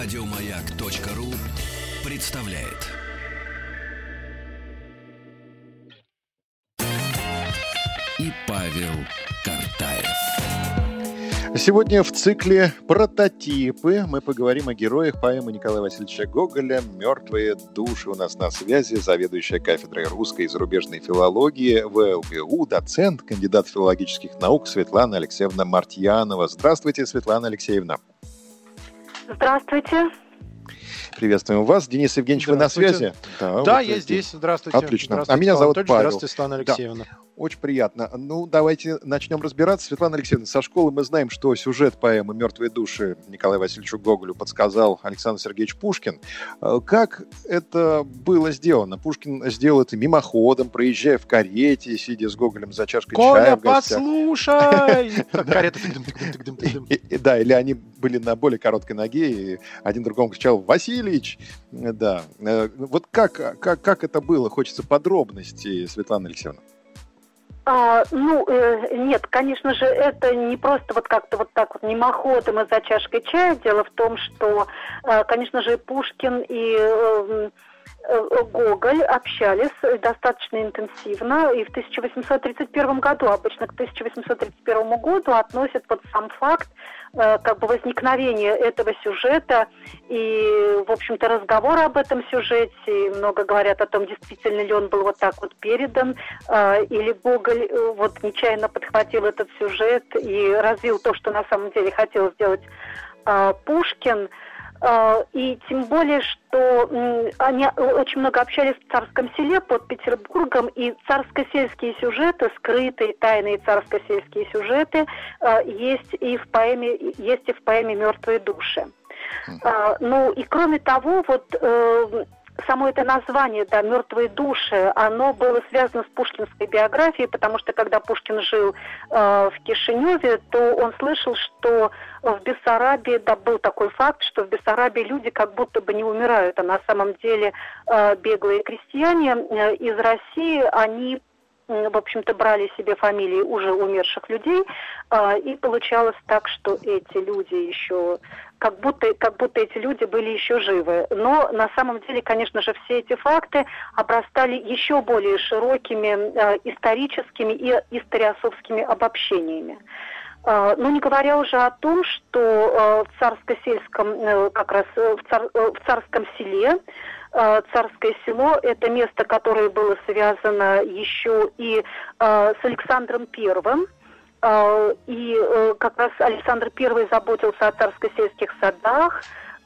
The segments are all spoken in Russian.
Радиомаяк.ру представляет. И Павел Картаев. Сегодня в цикле «Прототипы» мы поговорим о героях поэмы Николая Васильевича Гоголя «Мертвые души». У нас на связи заведующая кафедрой русской и зарубежной филологии ВЛГУ, доцент, кандидат филологических наук Светлана Алексеевна Мартьянова. Здравствуйте, Светлана Алексеевна. Здравствуйте. Приветствуем вас. Денис Евгеньевич, вы на связи? Да, вот я здесь. Здравствуйте. Отлично. Здравствуйте, меня зовут Павел. Здравствуйте, Светлана Алексеевна. Да. Очень приятно. Ну, давайте начнем разбираться. Светлана Алексеевна, со школы мы знаем, что сюжет поэмы «Мертвые души» Николаю Васильевичу Гоголю подсказал Александр Сергеевич Пушкин. Как это было сделано? Пушкин сделал это мимоходом, проезжая в карете, сидя с Гоголем за чашкой чая в гостях. Послушай! Карета. Да, или они были на более короткой ноге, и один другому кричал «Васильич!». Да. Вот как это было? Хочется подробностей, Светлана Алексеевна. Нет, конечно же, это не просто вот как-то вот так вот мимоходом и за чашкой чая. Дело в том, что, конечно же, Пушкин и Гоголь общались достаточно интенсивно, и в 1831 году, обычно к 1831 году относят под сам факт возникновения этого сюжета и, в общем-то, разговор об этом сюжете, и много говорят о том, действительно ли он был вот так вот передан, или Гоголь вот нечаянно подхватил этот сюжет и развил то, что на самом деле хотел сделать Пушкин. И тем более, что они очень много общались в Царском селе под Петербургом, и царско-сельские сюжеты, скрытые, тайные царско-сельские сюжеты есть и в поэме «Мертвые души». И кроме того, само это название, да, «Мертвые души», оно было связано с пушкинской биографией, потому что когда Пушкин жил в Кишиневе, то он слышал, что в Бессарабии, да, был такой факт, что в Бессарабии люди как будто бы не умирают, а на самом деле беглые крестьяне из России, они, в общем-то, брали себе фамилии уже умерших людей, и получалось так, что эти люди еще... Как будто эти люди были еще живы. Но на самом деле, конечно же, все эти факты обрастали еще более широкими историческими и историосовскими обобщениями. Не говоря уже о том, что в царско-сельском, как раз в Царском селе, Царское село – это место, которое было связано еще и с Александром Первым. И как раз Александр I заботился о царско-сельских садах,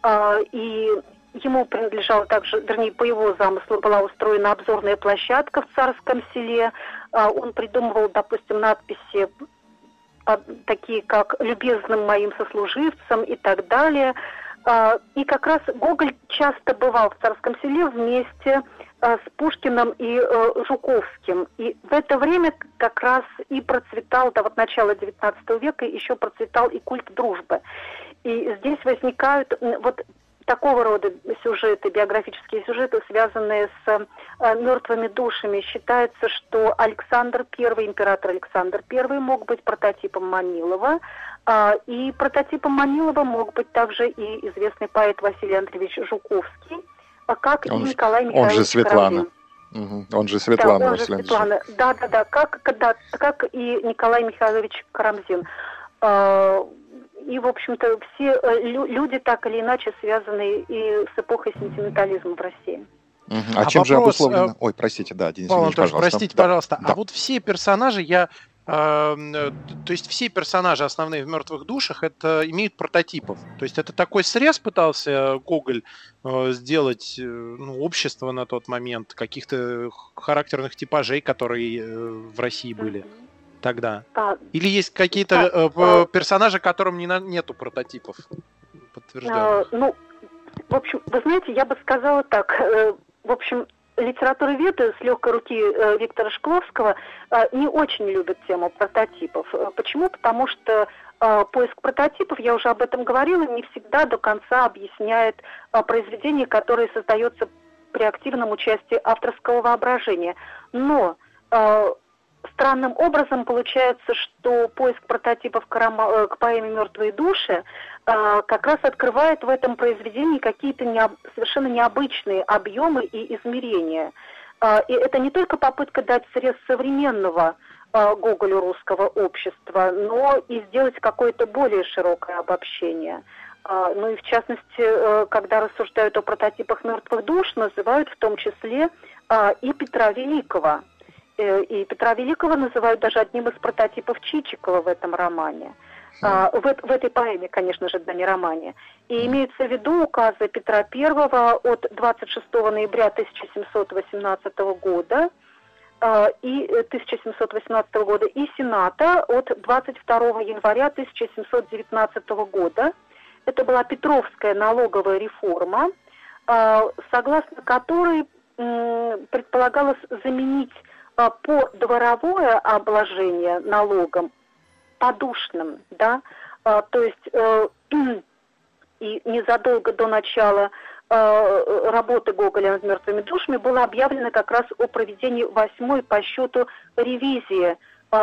и ему принадлежала также, вернее, по его замыслу была устроена обзорная площадка в Царском селе. Он придумывал, допустим, надписи такие, как «любезным моим сослуживцам» и так далее. И как раз Гоголь часто бывал в Царском селе вместе с Пушкиным и Жуковским. И в это время как раз и процветал, начало XIX века, еще процветал и культ дружбы. И здесь возникают вот такого рода сюжеты, биографические сюжеты, связанные с мертвыми душами. Считается, что император Александр I мог быть прототипом Манилова, и прототипом Манилова мог быть также и известный поэт Василий Андреевич Жуковский, как и Николай Михайлович Он же Светлана. Карамзин. Он же Светлана. Да, он же Светлана. Да, как и Николай Михайлович Карамзин. И, в общем-то, все люди так или иначе связаны и с эпохой сентиментализма в России. А чем же обусловлено? Ой, простите, да, Денис Евгеньевич, пожалуйста. Простите, пожалуйста. Да. А вот все персонажи, то есть все персонажи, основные в «Мертвых душах», это имеют прототипов. То есть это такой срез пытался Гоголь сделать общество на тот момент, каких-то характерных типажей, которые в России были тогда. Или есть какие-то персонажи, которым нету прототипов подтвержденных? В общем, вы знаете, я бы сказала так. В общем, литературоведы с легкой руки Виктора Шкловского не очень любят тему прототипов. Почему? Потому что поиск прототипов, я уже об этом говорила, не всегда до конца объясняет произведение, которое создается при активном участии авторского воображения. Но странным образом получается, что поиск прототипов к поэме «Мертвые души» как раз открывает в этом произведении какие-то совершенно необычные объемы и измерения. И это не только попытка дать срез современного Гоголю русского общества, но и сделать какое-то более широкое обобщение. Ну и в частности, когда рассуждают о прототипах мертвых душ, называют в том числе и Петра Великого. И Петра Великого называют даже одним из прототипов Чичикова в этом романе. В этой поэме, конечно же, да, не романе. И имеются в виду указы Петра I от 26 ноября 1718 года и 1718 года и Сената от 22 января 1719 года. Это была Петровская налоговая реформа, согласно которой предполагалось заменить подворовое обложение налогом подушным, да, то есть и незадолго до начала работы Гоголя над мертвыми душами было объявлено как раз о проведении 8-й по счету ревизии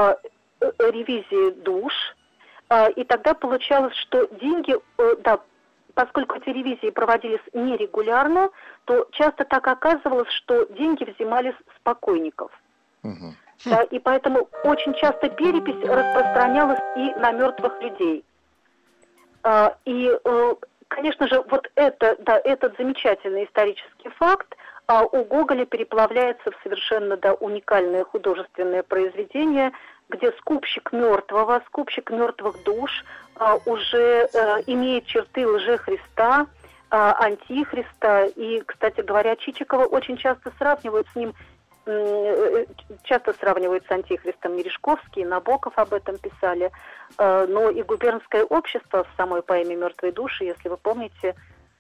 душ, и тогда получалось, что деньги, да, поскольку эти ревизии проводились нерегулярно, то часто так оказывалось, что деньги взимались с покойников. Да, и поэтому очень часто перепись распространялась и на мертвых людей. И, конечно же, вот это, да, этот замечательный исторический факт у Гоголя переплавляется в совершенно, да, уникальное художественное произведение, где скупщик мертвых душ уже имеет черты лжехриста, антихриста. И, кстати говоря, Чичикова очень часто сравнивают с ним, часто сравнивают с антихристом Мережковский, Набоков об этом писали. Но и губернское общество в самой поэме «Мертвые души», если вы помните,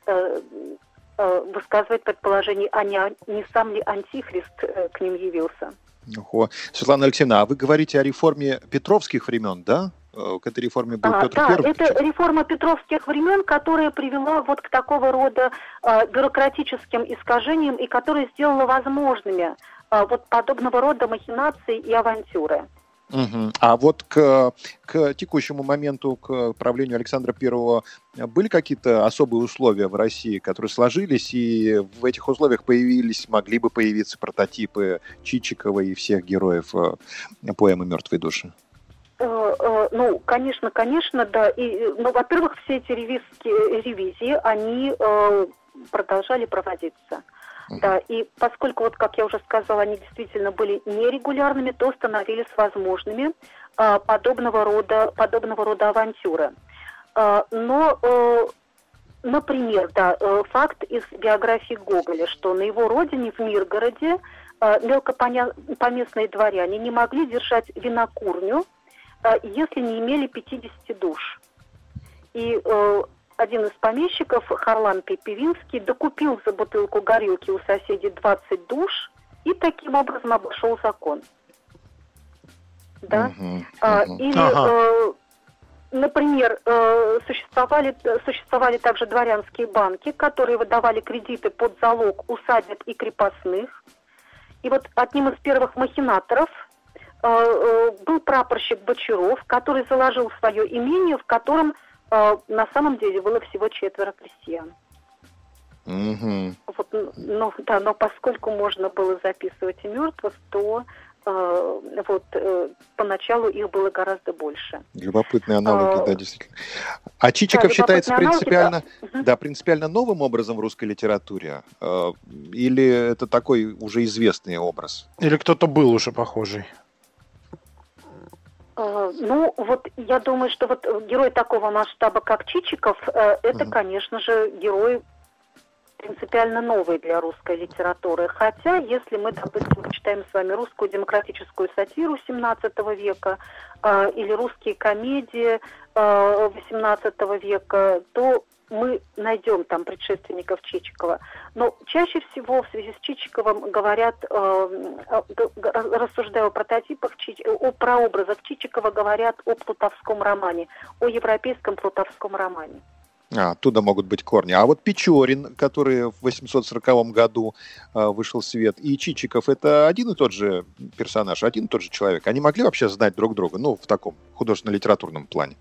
высказывает предположение, а не сам ли антихрист к ним явился. Ого. Светлана Алексеевна, а вы говорите о реформе петровских времен, да? К этой реформе был Петр I? Да, это реформа петровских времен, которая привела вот к такого рода бюрократическим искажениям и которая сделала возможными вот подобного рода махинации и авантюры. Угу. А вот к текущему моменту, к правлению Александра I, были какие-то особые условия в России, которые сложились, и в этих условиях могли бы появиться прототипы Чичикова и всех героев поэмы «Мертвые души»? Ну, конечно, да. Ну, во-первых, все эти ревизии, они продолжали проводиться. Да, и поскольку, вот как я уже сказала, они действительно были нерегулярными, то становились возможными подобного рода авантюры. Но, например, да, факт из биографии Гоголя, что на его родине, в Миргороде, мелкопоместные дворяне не могли держать винокурню, если не имели 50 душ. И один из помещиков, Харлан Пепевинский, докупил за бутылку горилки у соседей 20 душ и таким образом обошел закон. Да? Или, например, существовали также дворянские банки, которые выдавали кредиты под залог усадеб и крепостных. И вот одним из первых махинаторов был прапорщик Бочаров, который заложил свое имение, в котором на самом деле было всего 4 крестьян. Вот, но поскольку можно было записывать и мертвых, то поначалу их было гораздо больше. Любопытные аналоги, да, действительно. А Чичиков считается принципиально новым образом в русской литературе? Или это такой уже известный образ? Или кто-то был уже похожий? Ну, вот я думаю, что вот герой такого масштаба, как Чичиков, это, конечно же, герой принципиально новый для русской литературы. Хотя, если мы, допустим, читаем с вами русскую демократическую сатиру XVII века или русские комедии XVIII века, то мы найдем там предшественников Чичикова. Но чаще всего в связи с Чичиковым говорят, рассуждая о прототипах, о прообразах Чичикова, говорят о плутовском романе, о европейском плутовском романе. Оттуда могут быть корни. А вот Печорин, который в 840 году вышел в свет, и Чичиков — это один и тот же персонаж, один и тот же человек. Они могли вообще знать друг друга, ну, в таком художественно-литературном плане?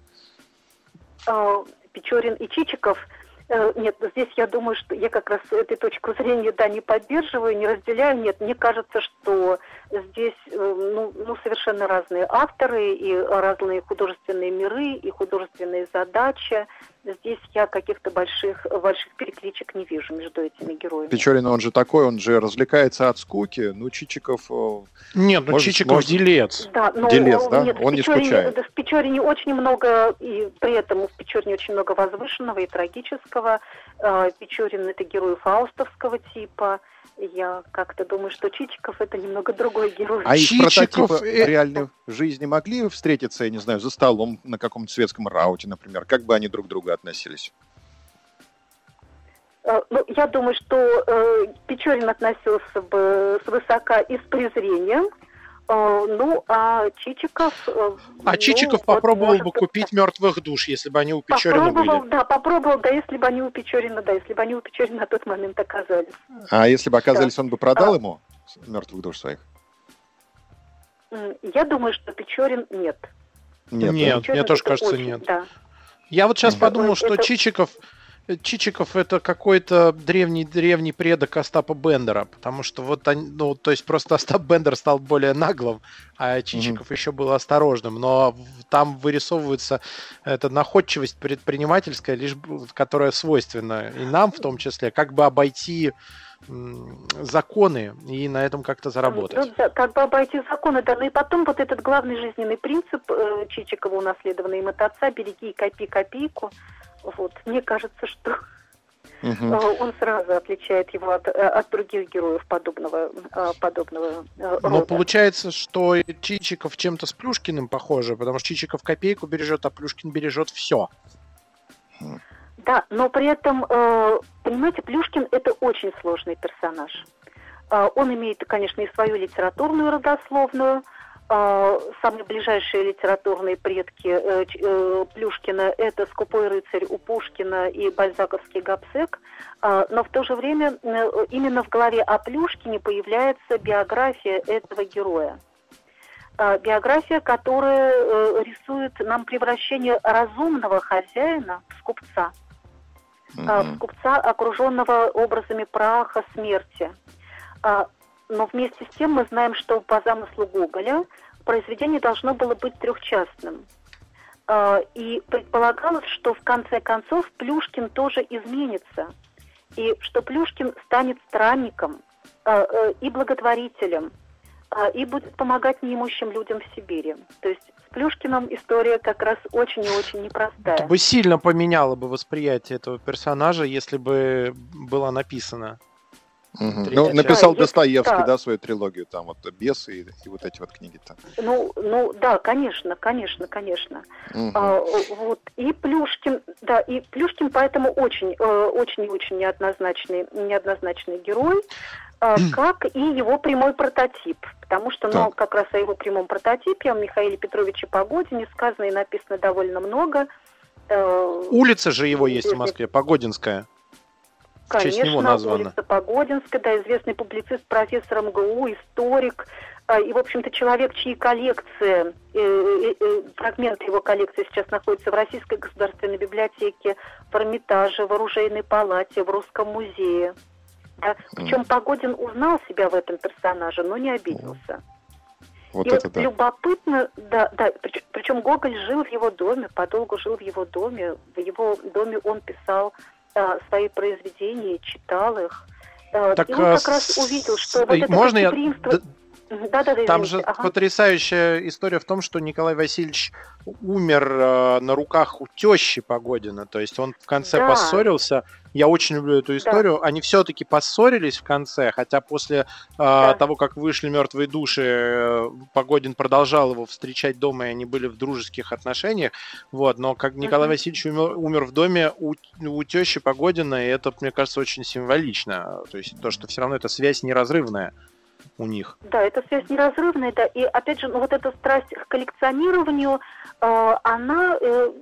Печорин и Чичиков... Нет, здесь я думаю, что я как раз этой точку зрения, не поддерживаю, не разделяю. Нет, мне кажется, что здесь совершенно разные авторы и разные художественные миры и художественные задачи. Здесь я каких-то больших перекличек не вижу между этими героями. Печорин, он же такой, он же развлекается от скуки. Чичиков... Нет, Чичиков делец. Да, делец, да? Нет, он не скучает. В Печорине очень много, и при этом в Печорине очень много возвышенного и трагического. Печорин — это герой фаустовского типа. Я как-то думаю, что Чичиков — это немного другой герой. А их прототипы реально в жизни могли встретиться, я не знаю, за столом на каком-то светском рауте, например? Как бы они друг к другу относились? Я думаю, что Печорин относился бы свысока и с презрением. А Чичиков... Чичиков попробовал бы купить мертвых душ, если бы они у Печорина были. Попробовал, если бы они у Печорина, если бы они у Печорина на тот момент оказались. А если бы оказались, он бы продал ему мертвых душ своих? Я думаю, что Печорин нет. Нет, мне тоже кажется, нет. Да. Я вот сейчас подумал, что Чичиков — это какой-то древний предок Остапа Бендера, потому что то есть просто Остап Бендер стал более наглым, а Чичиков еще был осторожным, но там вырисовывается эта находчивость предпринимательская, лишь которая свойственна и нам в том числе, как бы обойти законы и на этом как-то заработать. Как бы обойти законы, и потом вот этот главный жизненный принцип Чичикова, унаследованный им от отца: береги и копи копейку. Мне кажется, что он сразу отличает его от других героев подобного рода. Но получается, что Чичиков чем-то с Плюшкиным похоже, потому что Чичиков копейку бережет, а Плюшкин бережет все. Да, но при этом, понимаете, Плюшкин — это очень сложный персонаж. Он имеет, конечно, и свою литературную родословную. Самые ближайшие литературные предки Плюшкина — это «Скупой рыцарь» у Пушкина и бальзаковский Гобсек, но в то же время именно в главе о Плюшкине появляется биография этого героя. Биография, которая рисует нам превращение разумного хозяина в скупца. В скупца, окруженного образами праха, смерти. Но вместе с тем мы знаем, что по замыслу Гоголя произведение должно было быть трехчастным. И предполагалось, что в конце концов Плюшкин тоже изменится. И что Плюшкин станет странником и благотворителем, и будет помогать неимущим людям в Сибири. То есть с Плюшкиным история как раз очень и очень непростая. Это бы сильно поменяло бы восприятие этого персонажа, если бы была написана. Написал Достоевский, свою трилогию, там вот «Бесы» и вот эти вот книги-то. Да, конечно. И Плюшкин поэтому очень неоднозначный герой, как и его прямой прототип. Потому что, как раз о его прямом прототипе, о Михаиле Петровиче Погодине сказано и написано довольно много. Улица же его есть в Москве, Погодинская. Конечно, улица Погодинская, известный публицист, профессор МГУ, историк, и, в общем-то, человек, чьи коллекции, фрагменты его коллекции сейчас находятся в Российской государственной библиотеке, в Эрмитаже, в Оружейной палате, в Русском музее. Да? Причем Погодин узнал себя в этом персонаже, но не обиделся. Любопытно, причем Гоголь жил в его доме, подолгу жил в его доме он писал свои произведения, читал их. И он как раз увидел, что вот это гостеприимство... Там же потрясающая история в том, что Николай Васильевич умер на руках у тещи Погодина. То есть он в конце поссорился. Я очень люблю эту историю. Они все-таки поссорились в конце, хотя после того, как вышли «Мертвые души», Погодин продолжал его встречать дома, и они были в дружеских отношениях. Но как Николай Васильевич умер в доме у тещи Погодина, и это, мне кажется, очень символично. То есть то, что все равно эта связь неразрывная у них. Да, эта связь неразрывная, да, и опять же, вот эта страсть к коллекционированию, она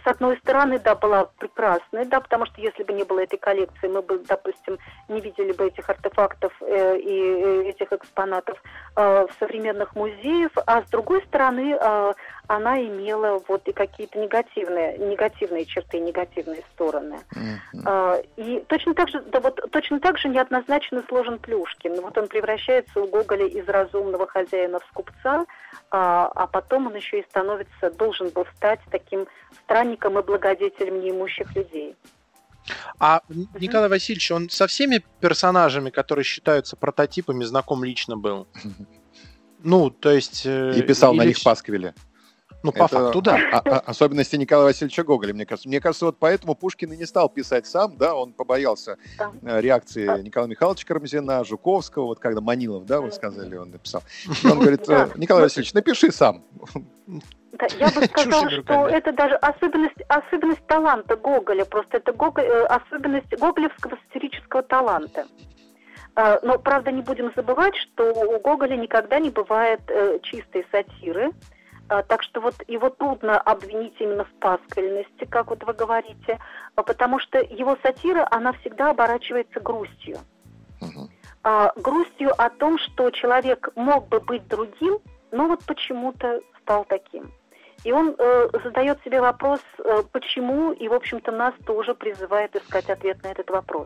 с одной стороны, да, была прекрасной, да, потому что если бы не было этой коллекции, мы бы, допустим, не видели бы этих артефактов и этих экспонатов в современных музеях, а с другой стороны, она имела вот и какие-то негативные черты, негативные стороны. И точно так же неоднозначно сложен Плюшкин. Вот он превращается у Гоголя из разумного хозяина в скупца, а потом он еще и должен был стать таким странником и благодетелем неимущих людей. А Николай Васильевич, он со всеми персонажами, которые считаются прототипами, знаком лично был? Ну, то есть... И писал на них пасквили. Ну, по факту, да. Особенности Николая Васильевича Гоголя, мне кажется. Мне кажется, вот поэтому Пушкин и не стал писать сам, да, он побоялся реакции Николая Михайловича Карамзина, Жуковского, вот когда Манилов, да, вы сказали, он написал. И он говорит, Николай Васильевич, напиши сам. Да, я бы сказала, что это даже особенность таланта Гоголя, просто это особенность гоголевского сатирического таланта. Но, правда, не будем забывать, что у Гоголя никогда не бывает чистой сатиры. Так что вот его трудно обвинить именно в пасквильности, как вот вы говорите, потому что его сатира, она всегда оборачивается грустью. Грустью о том, что человек мог бы быть другим, но вот почему-то стал таким. И он задает себе вопрос, почему, и, в общем-то, нас тоже призывает искать ответ на этот вопрос.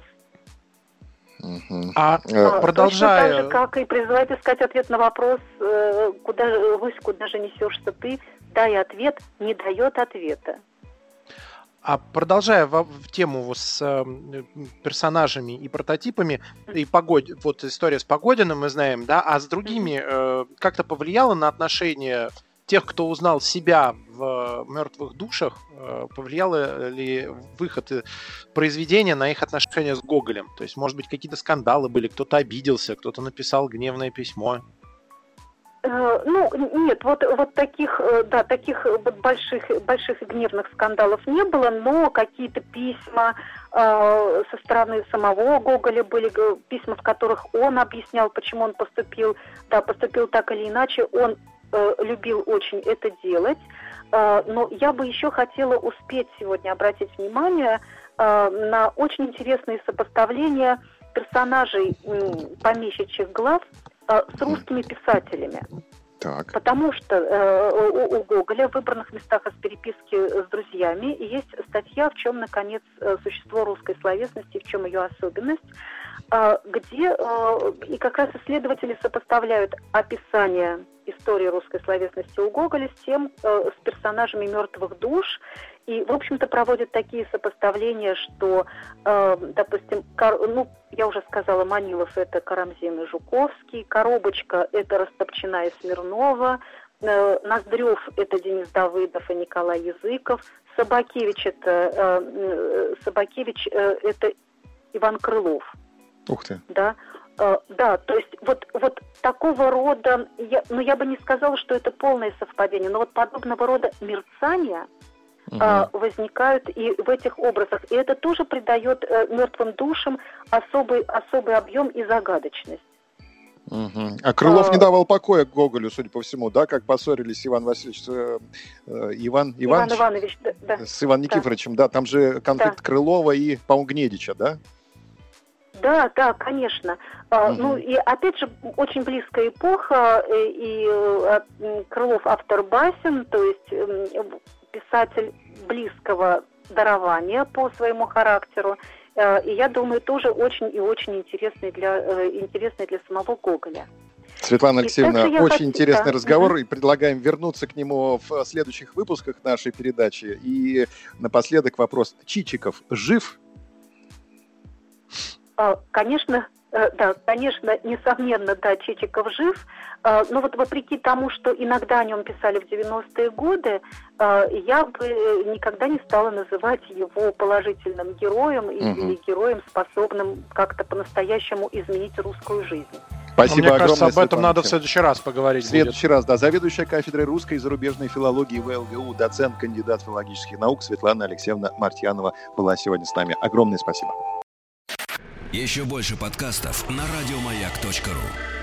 Продолжая... Точно так же, как и призывает искать ответ на вопрос, куда же несешься ты, дай ответ, не дает ответа. А продолжая в тему с персонажами и прототипами, и вот история с Погодиным мы знаем, да, а с другими как-то повлияло на отношения тех, кто узнал себя в «Мертвых душах», повлияло ли выход произведения на их отношения с Гоголем? То есть, может быть, какие-то скандалы были, кто-то обиделся, кто-то написал гневное письмо? Ну, нет, вот таких больших и гневных скандалов не было, но какие-то письма со стороны самого Гоголя были, письма, в которых он объяснял, почему он поступил так или иначе, он любил очень это делать, но я бы еще хотела успеть сегодня обратить внимание на очень интересные сопоставления персонажей помещичьих глав с русскими писателями. Так. Потому что у Гоголя в выбранных местах из переписки с друзьями есть статья «В чем, наконец, существо русской словесности, в чем ее особенность», где и как раз исследователи сопоставляют описание истории русской словесности у Гоголя с персонажами «Мертвых душ», и, в общем-то, проводят такие сопоставления, что, допустим, я уже сказала, Манилов – это Карамзин и Жуковский, Коробочка – это Растопчина и Смирнова, Ноздрев – это Денис Давыдов и Николай Языков, Собакевич – это Иван Крылов. Ух ты. Да. Да, то есть вот такого рода, я бы не сказала, что это полное совпадение, но вот подобного рода мерцания возникают и в этих образах. И это тоже придает «Мертвым душам» особый объем и загадочность. А Крылов не давал покоя Гоголю, судя по всему, да, как поссорились Иван Васильевич, Иван Иванович, да, с Иваном Никифоровичем, да, там же конфликт Крылова и, по-моему, Гнедича, да? Да, конечно. Ну и опять же очень близкая эпоха, и Крылов автор басен, то есть писатель близкого дарования по своему характеру, и я думаю, тоже очень и очень интересный для самого Гоголя. Светлана Алексеевна, очень интересный разговор, и предлагаем вернуться к нему в следующих выпусках нашей передачи. И напоследок вопрос: Чичиков жив? Конечно, несомненно, да, Чичиков жив, но вот вопреки тому, что иногда о нем писали в 90-е годы, я бы никогда не стала называть его положительным героем или героем, способным как-то по-настоящему изменить русскую жизнь. Спасибо огромное. Мне кажется, об этом надо в следующий раз поговорить. В следующий раз, да. Заведующая кафедрой русской и зарубежной филологии ВЛГУ, доцент, кандидат филологических наук Светлана Алексеевна Мартьянова была сегодня с нами. Огромное спасибо. Еще больше подкастов на радиомаяк.ру.